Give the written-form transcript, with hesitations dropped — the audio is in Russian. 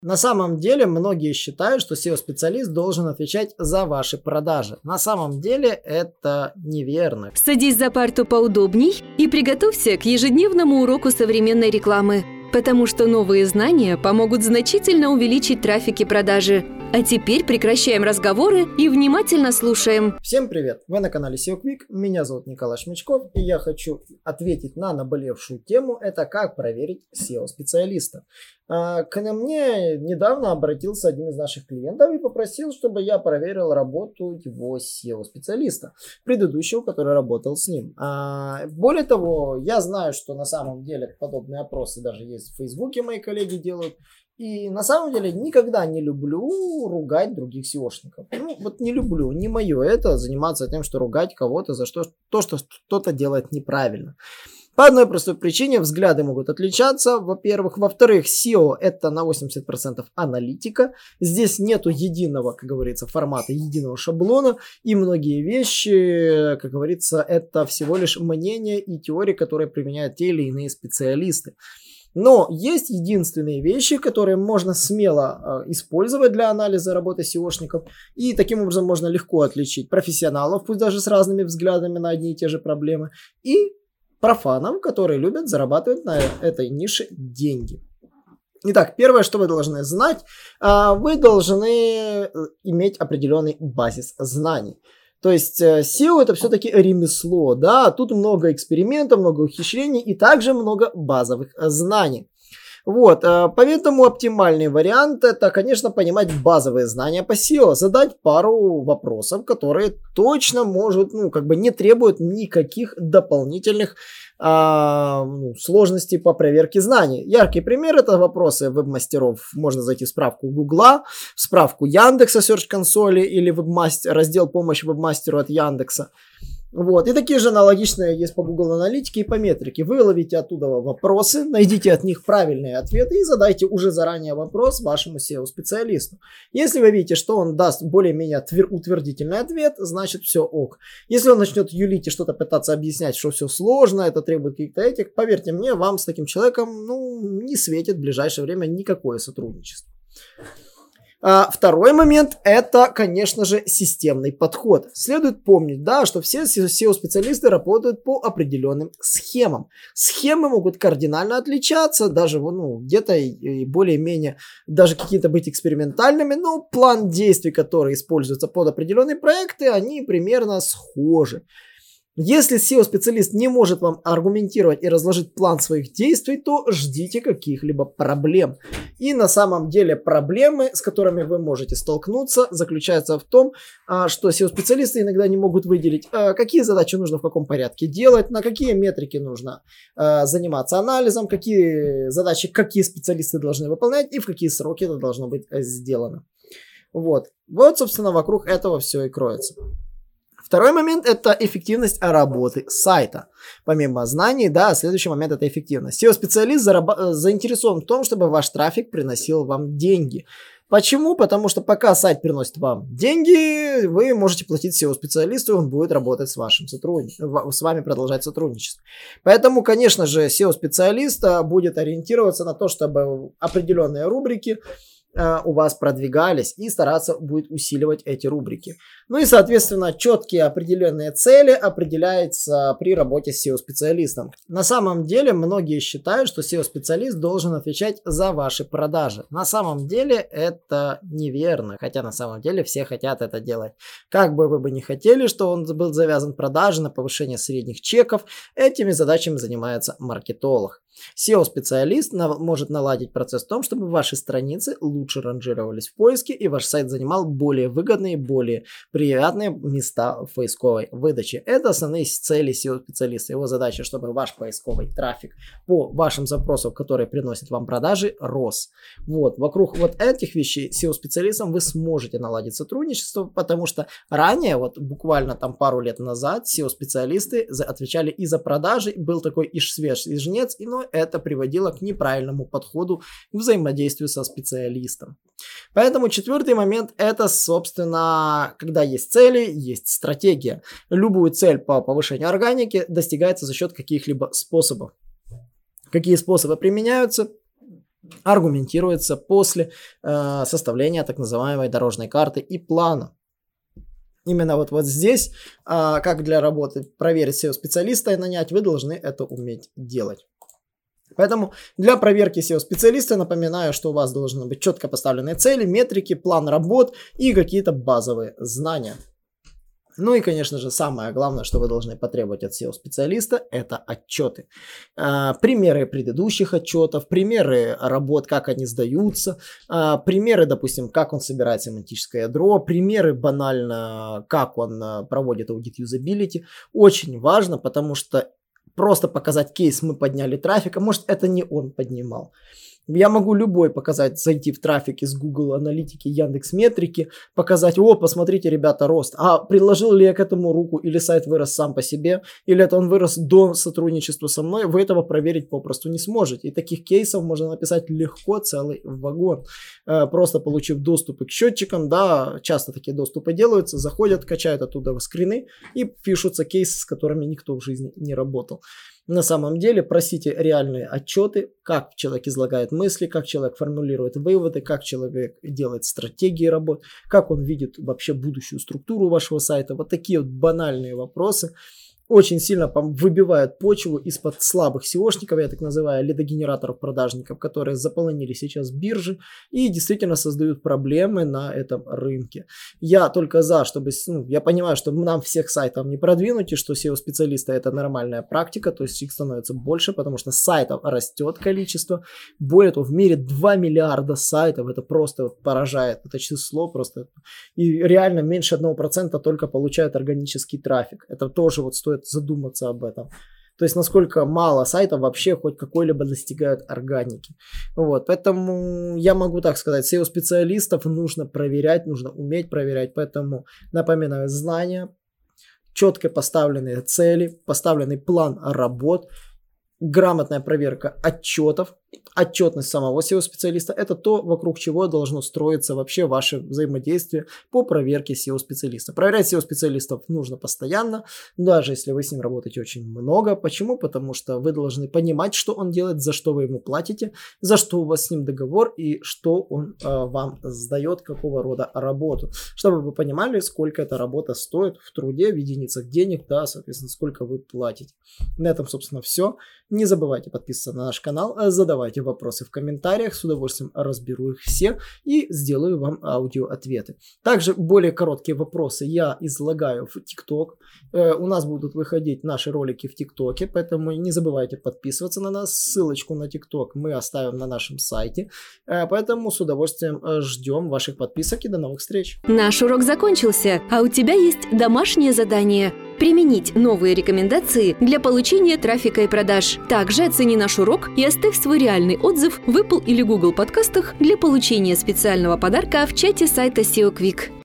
На самом деле многие считают, что SEO-специалист должен отвечать за ваши продажи. На самом деле это неверно. Садись за парту поудобней и приготовься к ежедневному уроку современной рекламы, потому что новые знания помогут значительно увеличить трафик и продажи. А теперь прекращаем разговоры и внимательно слушаем. Всем привет! Вы на канале SEO Quick, меня зовут Николай Шмичков, и я хочу ответить на наболевшую тему, это как проверить SEO-специалиста. Ко мне недавно обратился один из наших клиентов и попросил, чтобы я проверил работу его SEO-специалиста, предыдущего, который работал с ним. Более того, я знаю, что на самом деле подобные опросы даже есть в Фейсбуке, мои коллеги делают. И на самом деле никогда не люблю ругать других SEOшников. Не люблю, не мое это заниматься тем, что ругать кого-то за что кто-то делает неправильно. По одной простой причине взгляды могут отличаться, во-первых. Во-вторых, SEO это на 80% аналитика. Здесь нету единого, как говорится, формата, единого шаблона. И многие вещи, как говорится, это всего лишь мнение и теории, которые применяют те или иные специалисты. Но есть единственные вещи, которые можно смело использовать для анализа работы SEOшников. И таким образом можно легко отличить профессионалов, пусть даже с разными взглядами на одни и те же проблемы, и профанов, которые любят зарабатывать на этой нише деньги. Итак, первое, что вы должны знать, вы должны иметь определенный базис знаний. То есть SEO это все-таки ремесло, да, тут много экспериментов, много ухищрений и также много базовых знаний. Поэтому оптимальный вариант это, конечно, понимать базовые знания по SEO, задать пару вопросов, которые точно не требуют никаких дополнительных сложностей по проверке знаний. Яркий пример это вопросы веб-мастеров. Можно зайти в справку Гугла, в справку Яндекса, Search консоли или раздел «Помощь веб-мастеру» от Яндекса. И такие же аналогичные есть по Google аналитике и по метрике. Вы ловите оттуда вопросы, найдите от них правильные ответы и задайте уже заранее вопрос вашему SEO-специалисту. Если вы видите, что он даст более-менее утвердительный ответ, значит все ок. Если он начнет юлить и что-то пытаться объяснять, что все сложно, это требует каких-то поверьте мне, вам с таким человеком не светит в ближайшее время никакое сотрудничество. Второй момент это, конечно же, системный подход. Следует помнить, что все SEO-специалисты работают по определенным схемам. Схемы могут кардинально отличаться, даже где-то и более-менее даже какие-то быть экспериментальными, но план действий, который используется под определенные проекты, они примерно схожи. Если SEO-специалист не может вам аргументировать и разложить план своих действий, то ждите каких-либо проблем. И на самом деле проблемы, с которыми вы можете столкнуться, заключаются в том, что SEO-специалисты иногда не могут выделить, какие задачи нужно в каком порядке делать, на какие метрики нужно заниматься анализом, какие задачи, какие специалисты должны выполнять и в какие сроки это должно быть сделано. Собственно, вокруг этого все и кроется. Второй момент это эффективность работы сайта. Помимо знаний, следующий момент это эффективность. SEO-специалист заинтересован в том, чтобы ваш трафик приносил вам деньги. Почему? Потому что пока сайт приносит вам деньги, вы можете платить SEO-специалисту, и он будет работать с вами продолжать сотрудничество. Поэтому, конечно же, SEO-специалист будет ориентироваться на то, чтобы определенные рубрики у вас продвигались и стараться будет усиливать эти рубрики. И, соответственно, четкие определенные цели определяются при работе с SEO-специалистом. На самом деле, многие считают, что SEO-специалист должен отвечать за ваши продажи. На самом деле, это неверно, хотя на самом деле все хотят это делать. Как бы вы не хотели, что он был завязан продажи на повышение средних чеков, этими задачами занимается маркетолог. SEO-специалист может наладить процесс в том, чтобы ваши страницы лучше ранжировались в поиске и ваш сайт занимал более выгодные, более приятные места в поисковой выдаче. Это основные цели SEO-специалиста. Его задача, чтобы ваш поисковый трафик по вашим запросам, которые приносят вам продажи, рос. Вокруг этих вещей SEO-специалистам вы сможете наладить сотрудничество, потому что ранее, буквально пару лет назад, SEO-специалисты отвечали и за продажи, был такой иш-свеж, иш-жнец, но это приводило к неправильному подходу к взаимодействию со специалистом. Поэтому четвертый момент это, собственно, когда есть цели, есть стратегия. Любую цель по повышению органики достигается за счет каких-либо способов. Какие способы применяются? аргументируется после составления так называемой дорожной карты и плана. Именно вот здесь, как для работы проверить SEO-специалиста и нанять, вы должны это уметь делать. Поэтому для проверки SEO-специалиста напоминаю, что у вас должны быть четко поставленные цели, метрики, план работ и какие-то базовые знания. Ну и, конечно же, самое главное, что вы должны потребовать от SEO-специалиста, это отчеты. Примеры предыдущих отчетов, примеры работ, как они сдаются, примеры, допустим, как он собирает семантическое ядро, примеры банально, как он проводит аудит юзабилити. Очень важно, потому что просто показать кейс, мы подняли трафик, а может это не он поднимал. Я могу любой показать, зайти в трафик из Google аналитики, Яндекс.Метрики, показать, о, посмотрите, ребята, рост. А приложил ли я к этому руку, или сайт вырос сам по себе, или это он вырос до сотрудничества со мной, вы этого проверить попросту не сможете. И таких кейсов можно написать легко целый вагон. Просто получив доступы к счетчикам, да, часто такие доступы делаются, заходят, качают оттуда скрины и пишутся кейсы, с которыми никто в жизни не работал. На самом деле просите реальные отчеты, как человек излагает мысли, как человек формулирует выводы, как человек делает стратегии работ, как он видит вообще будущую структуру вашего сайта. Вот такие вот банальные вопросы очень сильно выбивают почву из-под слабых SEOшников, я так называю, лидогенераторов-продажников, которые заполонили сейчас биржи и действительно создают проблемы на этом рынке. Я только за, чтобы, я понимаю, что нам всех сайтов не продвинуть, и что SEO-специалисты это нормальная практика, то есть их становится больше, потому что сайтов растет количество. Более того, в мире 2 миллиарда сайтов, это просто поражает, это число просто. И реально меньше 1% только получают органический трафик. Это тоже вот стоит задуматься об этом. То есть, насколько мало сайтов вообще хоть какой-либо достигают органики. Вот, поэтому я могу так сказать, SEO-специалистов нужно проверять, нужно уметь проверять. Поэтому напоминаю, знания, четко поставленные цели, поставленный план работ, грамотная проверка отчетов, отчетность самого SEO-специалиста – это то, вокруг чего должно строиться вообще ваше взаимодействие по проверке SEO-специалиста. Проверять SEO-специалистов нужно постоянно, даже если вы с ним работаете очень много. Почему? Потому что вы должны понимать, что он делает, за что вы ему платите, за что у вас с ним договор и что он вам сдает, какого рода работу. Чтобы вы понимали, сколько эта работа стоит в труде, в единицах денег, да, соответственно, сколько вы платите. На этом, собственно, все. Не забывайте подписываться на наш канал, задавайте вопросы в комментариях, с удовольствием разберу их все и сделаю вам аудиоответы. Также более короткие вопросы я излагаю в ТикТок. У нас будут выходить наши ролики в ТикТоке, поэтому не забывайте подписываться на нас. Ссылочку на ТикТок мы оставим на нашем сайте, поэтому с удовольствием ждем ваших подписок и до новых встреч. Наш урок закончился, а у тебя есть домашнее задание – применить новые рекомендации для получения трафика и продаж. Также оцени наш урок и оставь свой реальный отзыв в Apple или Google подкастах для получения специального подарка в чате сайта SEO Quick.